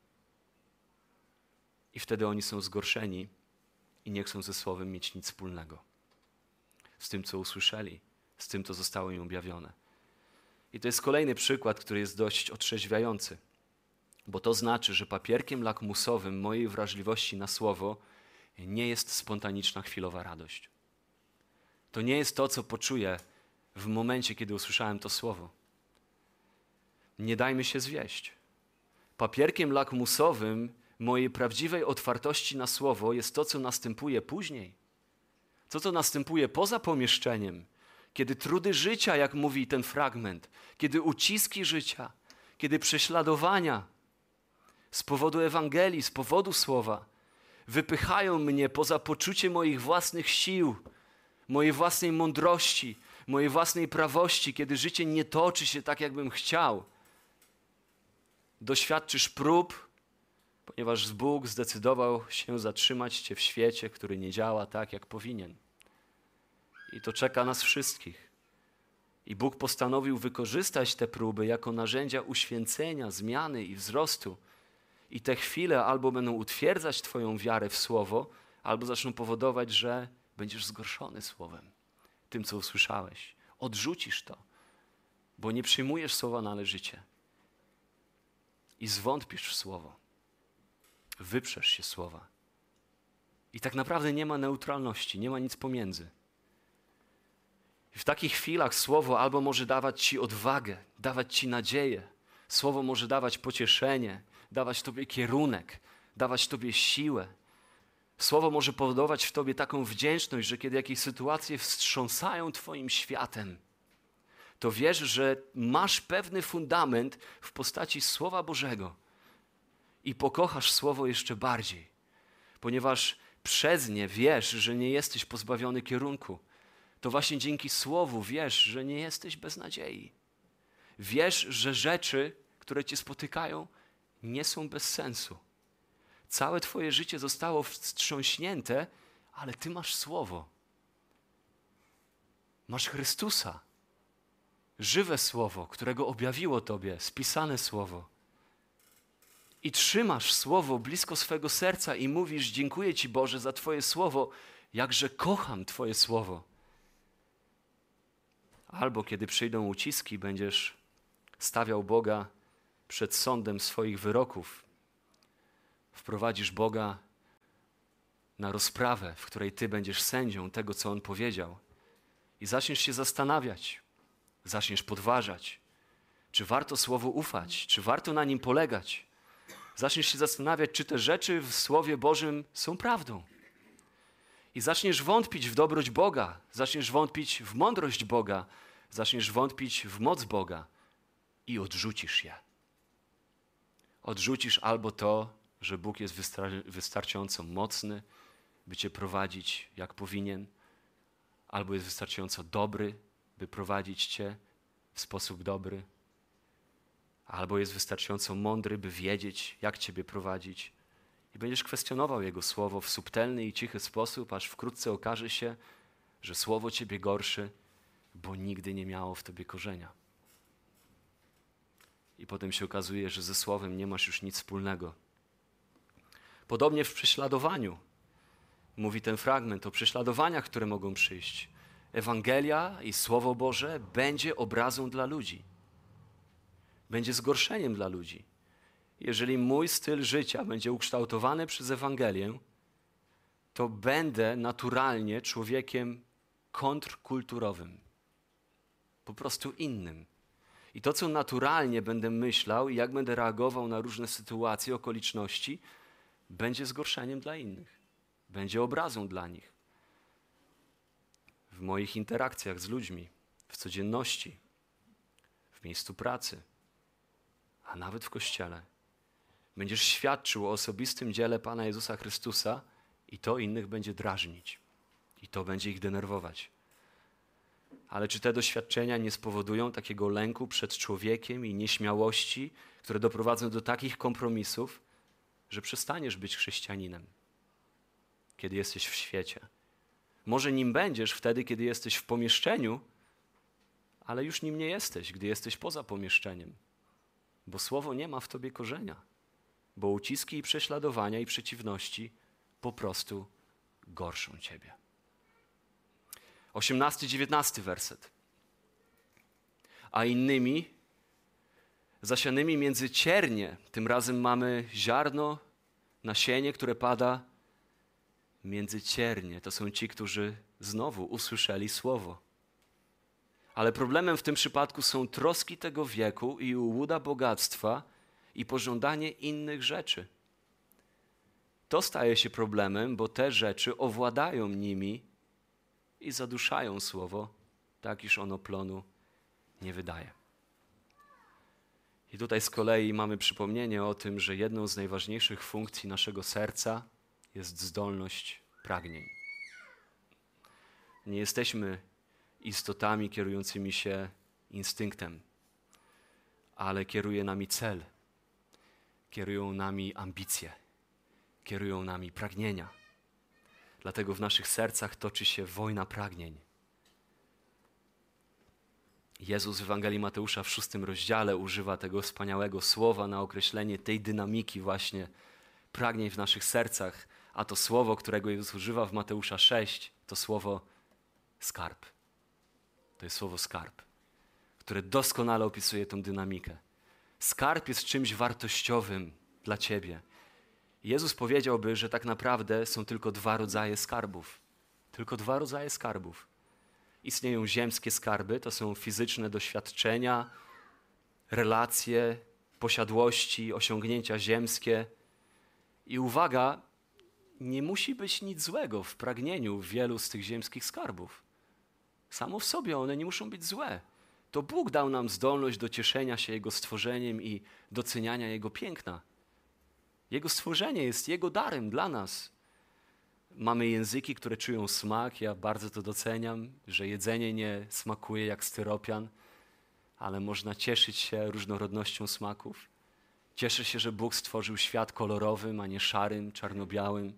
i wtedy oni są zgorszeni i nie chcą ze słowem mieć nic wspólnego. Z tym, co usłyszeli, z tym, co zostało im objawione. I to jest kolejny przykład, który jest dość otrzeźwiający, bo to znaczy, że papierkiem lakmusowym mojej wrażliwości na słowo nie jest spontaniczna, chwilowa radość. To nie jest to, co poczuję w momencie, kiedy usłyszałem to słowo. Nie dajmy się zwieść. Papierkiem lakmusowym mojej prawdziwej otwartości na słowo jest to, co następuje później. To, co następuje poza pomieszczeniem, kiedy trudy życia, jak mówi ten fragment, kiedy uciski życia, kiedy prześladowania z powodu Ewangelii, z powodu słowa wypychają mnie poza poczucie moich własnych sił, mojej własnej mądrości, mojej własnej prawości, kiedy życie nie toczy się tak, jakbym chciał. Doświadczysz prób, ponieważ Bóg zdecydował się zatrzymać cię w świecie, który nie działa tak, jak powinien. I to czeka nas wszystkich. I Bóg postanowił wykorzystać te próby jako narzędzia uświęcenia, zmiany i wzrostu. I te chwile albo będą utwierdzać twoją wiarę w Słowo, albo zaczną powodować, że będziesz zgorszony Słowem, tym, co usłyszałeś. Odrzucisz to, bo nie przyjmujesz Słowa należycie. I zwątpisz w Słowo. Wyprzesz się Słowa. I tak naprawdę nie ma neutralności, nie ma nic pomiędzy. I w takich chwilach Słowo albo może dawać ci odwagę, dawać ci nadzieję. Słowo może dawać pocieszenie, dawać tobie kierunek, dawać tobie siłę. Słowo może powodować w tobie taką wdzięczność, że kiedy jakieś sytuacje wstrząsają twoim światem, to wiesz, że masz pewny fundament w postaci Słowa Bożego i pokochasz Słowo jeszcze bardziej, ponieważ przez nie wiesz, że nie jesteś pozbawiony kierunku. To właśnie dzięki Słowu wiesz, że nie jesteś bez nadziei. Wiesz, że rzeczy, które cię spotykają, nie są bez sensu. Całe twoje życie zostało wstrząśnięte, ale ty masz Słowo. Masz Chrystusa. Żywe Słowo, którego objawiło tobie, spisane Słowo. I trzymasz Słowo blisko swego serca i mówisz: dziękuję Ci, Boże, za Twoje Słowo, jakże kocham Twoje Słowo. Albo kiedy przyjdą uciski, będziesz stawiał Boga przed sądem swoich wyroków. Wprowadzisz Boga na rozprawę, w której Ty będziesz sędzią tego, co On powiedział. I zaczniesz się zastanawiać, zaczniesz podważać, czy warto Słowu ufać, czy warto na nim polegać. Zaczniesz się zastanawiać, czy te rzeczy w Słowie Bożym są prawdą. I zaczniesz wątpić w dobroć Boga, zaczniesz wątpić w mądrość Boga, zaczniesz wątpić w moc Boga i odrzucisz je. Odrzucisz albo to, że Bóg jest wystarczająco mocny, by cię prowadzić jak powinien, albo jest wystarczająco dobry, by prowadzić cię w sposób dobry, albo jest wystarczająco mądry, by wiedzieć, jak ciebie prowadzić. I będziesz kwestionował Jego Słowo w subtelny i cichy sposób, aż wkrótce okaże się, że Słowo ciebie gorszy, bo nigdy nie miało w tobie korzenia. I potem się okazuje, że ze Słowem nie masz już nic wspólnego. Podobnie w prześladowaniu. Mówi ten fragment o prześladowaniach, które mogą przyjść. Ewangelia i Słowo Boże będzie obrazą dla ludzi. Będzie zgorszeniem dla ludzi. Jeżeli mój styl życia będzie ukształtowany przez Ewangelię, to będę naturalnie człowiekiem kontrkulturowym. Po prostu innym. I to, co naturalnie będę myślał i jak będę reagował na różne sytuacje, okoliczności, będzie zgorszeniem dla innych. Będzie obrazą dla nich. W moich interakcjach z ludźmi, w codzienności, w miejscu pracy, a nawet w Kościele. Będziesz świadczył o osobistym dziele Pana Jezusa Chrystusa i to innych będzie drażnić. I to będzie ich denerwować. Ale czy te doświadczenia nie spowodują takiego lęku przed człowiekiem i nieśmiałości, które doprowadzą do takich kompromisów, że przestaniesz być chrześcijaninem, kiedy jesteś w świecie? Może nim będziesz wtedy, kiedy jesteś w pomieszczeniu, ale już nim nie jesteś, gdy jesteś poza pomieszczeniem. Bo słowo nie ma w tobie korzenia. Bo uciski i prześladowania i przeciwności po prostu gorszą ciebie. 18-19 werset. A innymi zasianymi między ciernie, tym razem mamy ziarno, nasienie, które pada między ciernie. To są ci, którzy znowu usłyszeli słowo. Ale problemem w tym przypadku są troski tego wieku i ułuda bogactwa i pożądanie innych rzeczy. To staje się problemem, bo te rzeczy owładają nimi i zaduszają słowo, tak iż ono plonu nie wydaje. I tutaj z kolei mamy przypomnienie o tym, że jedną z najważniejszych funkcji naszego serca jest zdolność pragnień. Nie jesteśmy istotami kierującymi się instynktem, ale kieruje nami cel, kierują nami ambicje, kierują nami pragnienia. Dlatego w naszych sercach toczy się wojna pragnień. Jezus w Ewangelii Mateusza w 6 rozdziale używa tego wspaniałego słowa na określenie tej dynamiki właśnie pragnień w naszych sercach, a to słowo, którego Jezus używa w Mateusza 6, to słowo skarb. To jest słowo skarb, które doskonale opisuje tę dynamikę. Skarb jest czymś wartościowym dla ciebie. Jezus powiedziałby, że tak naprawdę są tylko 2 rodzaje skarbów. Tylko 2 rodzaje skarbów. Istnieją ziemskie skarby, to są fizyczne doświadczenia, relacje, posiadłości, osiągnięcia ziemskie. I uwaga, nie musi być nic złego w pragnieniu wielu z tych ziemskich skarbów. Samo w sobie one nie muszą być złe. To Bóg dał nam zdolność do cieszenia się Jego stworzeniem i doceniania Jego piękna. Jego stworzenie jest Jego darem dla nas. Mamy języki, które czują smak. Ja bardzo to doceniam, że jedzenie nie smakuje jak styropian, ale można cieszyć się różnorodnością smaków. Cieszę się, że Bóg stworzył świat kolorowym, a nie szarym, czarno-białym.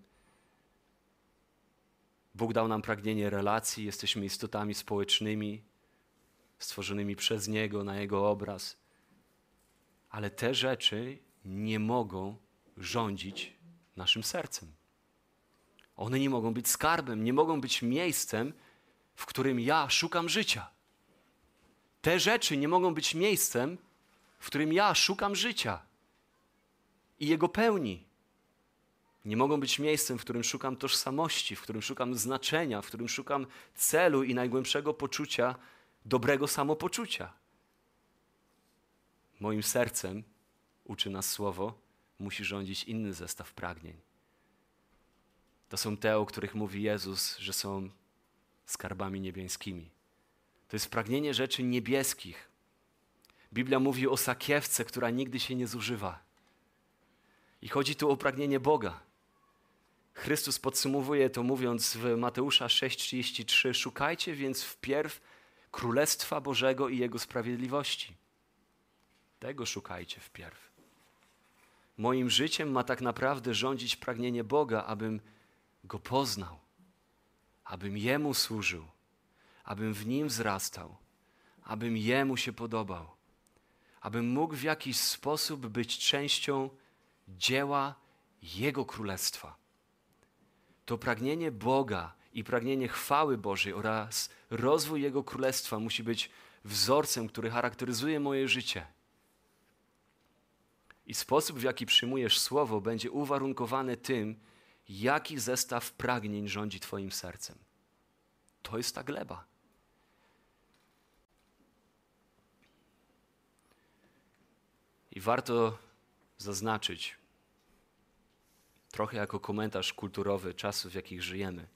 Bóg dał nam pragnienie relacji, jesteśmy istotami społecznymi, stworzonymi przez Niego, na Jego obraz. Ale te rzeczy nie mogą rządzić naszym sercem. One nie mogą być skarbem, nie mogą być miejscem, w którym ja szukam życia. Te rzeczy nie mogą być miejscem, w którym ja szukam życia i jego pełni. Nie mogą być miejscem, w którym szukam tożsamości, w którym szukam znaczenia, w którym szukam celu i najgłębszego poczucia, dobrego samopoczucia. Moim sercem, uczy nas słowo, musi rządzić inny zestaw pragnień. To są te, o których mówi Jezus, że są skarbami niebieskimi. To jest pragnienie rzeczy niebieskich. Biblia mówi o sakiewce, która nigdy się nie zużywa. I chodzi tu o pragnienie Boga. Chrystus podsumowuje to mówiąc w Mateusza 6,33: szukajcie więc wpierw Królestwa Bożego i Jego sprawiedliwości. Tego szukajcie wpierw. Moim życiem ma tak naprawdę rządzić pragnienie Boga, abym Go poznał, abym Jemu służył, abym w Nim wzrastał, abym Jemu się podobał, abym mógł w jakiś sposób być częścią dzieła Jego Królestwa. To pragnienie Boga i pragnienie chwały Bożej oraz rozwój Jego Królestwa musi być wzorcem, który charakteryzuje moje życie. I sposób, w jaki przyjmujesz Słowo, będzie uwarunkowany tym, jaki zestaw pragnień rządzi twoim sercem. To jest ta gleba. I warto zaznaczyć, trochę jako komentarz kulturowy czasów, w jakich żyjemy.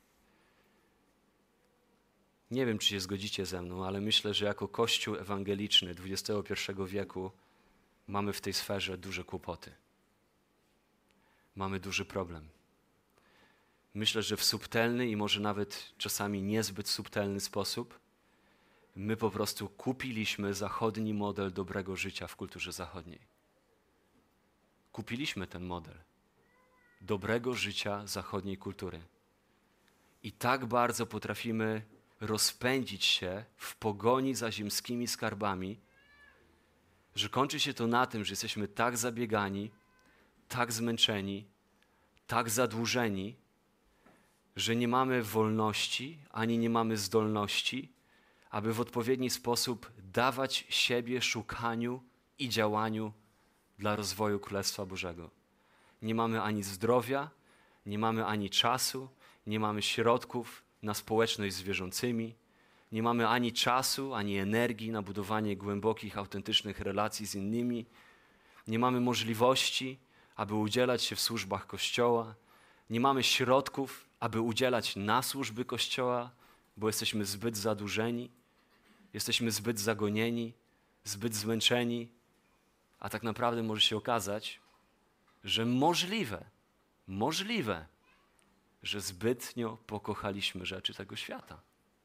Nie wiem, czy się zgodzicie ze mną, ale myślę, że jako Kościół ewangeliczny XXI wieku mamy w tej sferze duże kłopoty. Mamy duży problem. myślę, że w subtelny i może nawet czasami niezbyt subtelny sposób, my po prostu kupiliśmy zachodni model dobrego życia w kulturze zachodniej. Kupiliśmy ten model dobrego życia zachodniej kultury. I tak bardzo potrafimy rozpędzić się w pogoni za ziemskimi skarbami, że kończy się to na tym, że jesteśmy tak zabiegani, tak zmęczeni, tak zadłużeni, że nie mamy wolności, ani nie mamy zdolności, aby w odpowiedni sposób dawać siebie szukaniu i działaniu dla rozwoju Królestwa Bożego. Nie mamy ani zdrowia, nie mamy ani czasu, nie mamy środków na społeczność z wierzącymi, nie mamy ani czasu, ani energii na budowanie głębokich, autentycznych relacji z innymi, nie mamy możliwości, aby udzielać się w służbach Kościoła, nie mamy środków, aby udzielać na służby Kościoła, bo jesteśmy zbyt zadłużeni, jesteśmy zbyt zagonieni, zbyt zmęczeni, a tak naprawdę może się okazać, że możliwe, że zbytnio pokochaliśmy rzeczy tego świata.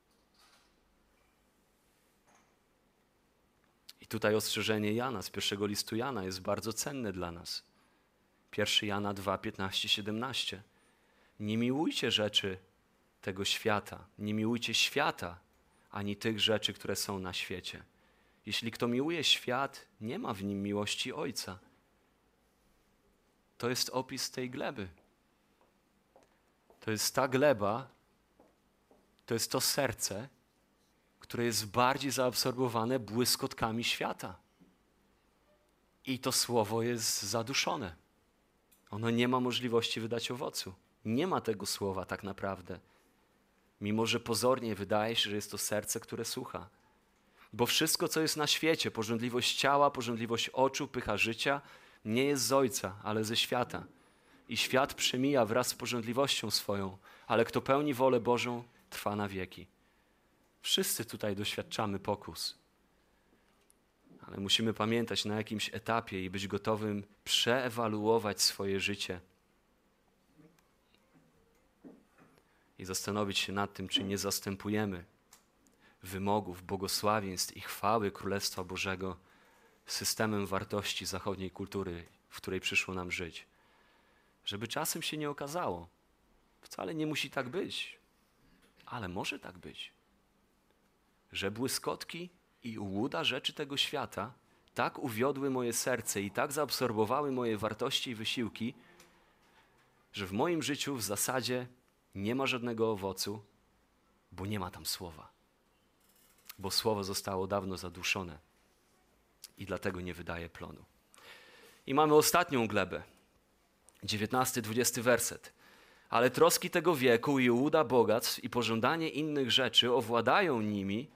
I tutaj ostrzeżenie Jana z pierwszego listu Jana jest bardzo cenne dla nas. 1 Jana 2, 15, 17. Nie miłujcie rzeczy tego świata, nie miłujcie świata, ani tych rzeczy, które są na świecie. Jeśli kto miłuje świat, nie ma w nim miłości Ojca. To jest opis tej gleby. To jest ta gleba, to jest to serce, które jest bardziej zaabsorbowane błyskotkami świata. I to słowo jest zaduszone. Ono nie ma możliwości wydać owocu. Nie ma tego słowa tak naprawdę. Mimo że pozornie wydaje się, że jest to serce, które słucha. Bo wszystko, co jest na świecie, pożądliwość ciała, pożądliwość oczu, pycha życia, nie jest z Ojca, ale ze świata. I świat przemija wraz z pożądliwością swoją, ale kto pełni wolę Bożą, trwa na wieki. Wszyscy tutaj doświadczamy pokus. Ale musimy pamiętać na jakimś etapie i być gotowym przeewaluować swoje życie. I zastanowić się nad tym, czy nie zastępujemy wymogów, błogosławieństw i chwały Królestwa Bożego systemem wartości zachodniej kultury, w której przyszło nam żyć. Żeby czasem się nie okazało. Wcale nie musi tak być, ale może tak być. Że błyskotki i ułuda rzeczy tego świata tak uwiodły moje serce i tak zaabsorbowały moje wartości i wysiłki, że w moim życiu w zasadzie nie ma żadnego owocu, bo nie ma tam słowa. Bo słowo zostało dawno zaduszone i dlatego nie wydaje plonu. I mamy ostatnią glebę. 19-20 werset. Ale troski tego wieku i ułuda bogactw i pożądanie innych rzeczy owładają nimi,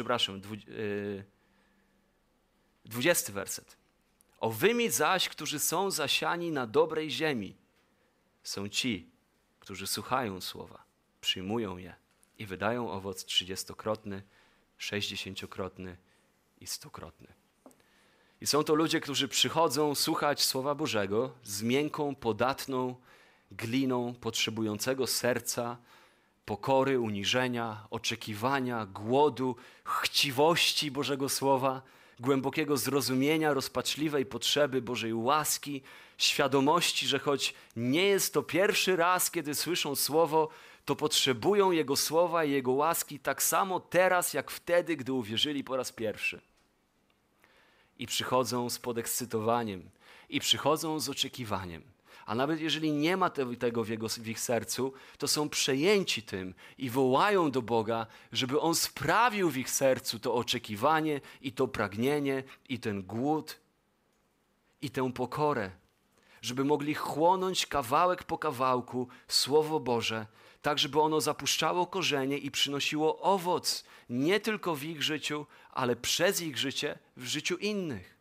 20 werset. Owymi zaś, którzy są zasiani na dobrej ziemi, są ci, którzy słuchają słowa, przyjmują je i wydają owoc 30-krotny, 60-krotny i 100-krotny. I są to ludzie, którzy przychodzą słuchać Słowa Bożego z miękką, podatną gliną potrzebującego serca, pokory, uniżenia, oczekiwania, głodu, chciwości Bożego Słowa, głębokiego zrozumienia, rozpaczliwej potrzeby Bożej łaski, świadomości, że choć nie jest to pierwszy raz, kiedy słyszą Słowo, to potrzebują Jego Słowa i Jego łaski tak samo teraz, jak wtedy, gdy uwierzyli po raz pierwszy. I przychodzą z podekscytowaniem, i przychodzą z oczekiwaniem. A nawet jeżeli nie ma tego w ich sercu, to są przejęci tym i wołają do Boga, żeby On sprawił w ich sercu to oczekiwanie i to pragnienie i ten głód i tę pokorę, żeby mogli chłonąć kawałek po kawałku Słowo Boże, tak żeby ono zapuszczało korzenie i przynosiło owoc nie tylko w ich życiu, ale przez ich życie w życiu innych.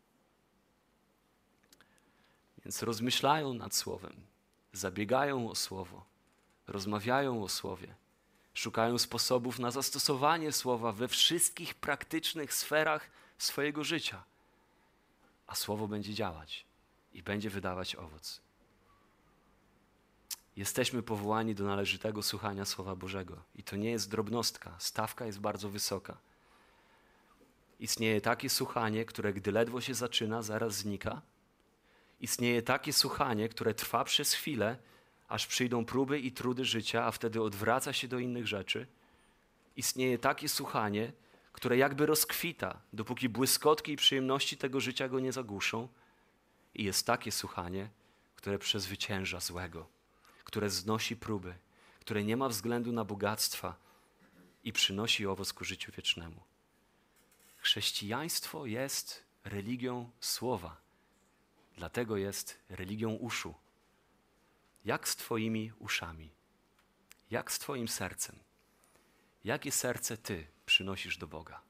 Więc rozmyślają nad Słowem, zabiegają o Słowo, rozmawiają o Słowie, szukają sposobów na zastosowanie Słowa we wszystkich praktycznych sferach swojego życia. A Słowo będzie działać i będzie wydawać owoc. Jesteśmy powołani do należytego słuchania Słowa Bożego. I to nie jest drobnostka, stawka jest bardzo wysoka. Istnieje takie słuchanie, które gdy ledwo się zaczyna, zaraz znika. Istnieje takie słuchanie, które trwa przez chwilę, aż przyjdą próby i trudy życia, a wtedy odwraca się do innych rzeczy. Istnieje takie słuchanie, które jakby rozkwita, dopóki błyskotki i przyjemności tego życia go nie zagłuszą. I jest takie słuchanie, które przezwycięża złego, które znosi próby, które nie ma względu na bogactwa i przynosi owoc ku życiu wiecznemu. Chrześcijaństwo jest religią słowa, dlatego jest religią uszu. Jak z twoimi uszami? Jak z twoim sercem? Jakie serce ty przynosisz do Boga?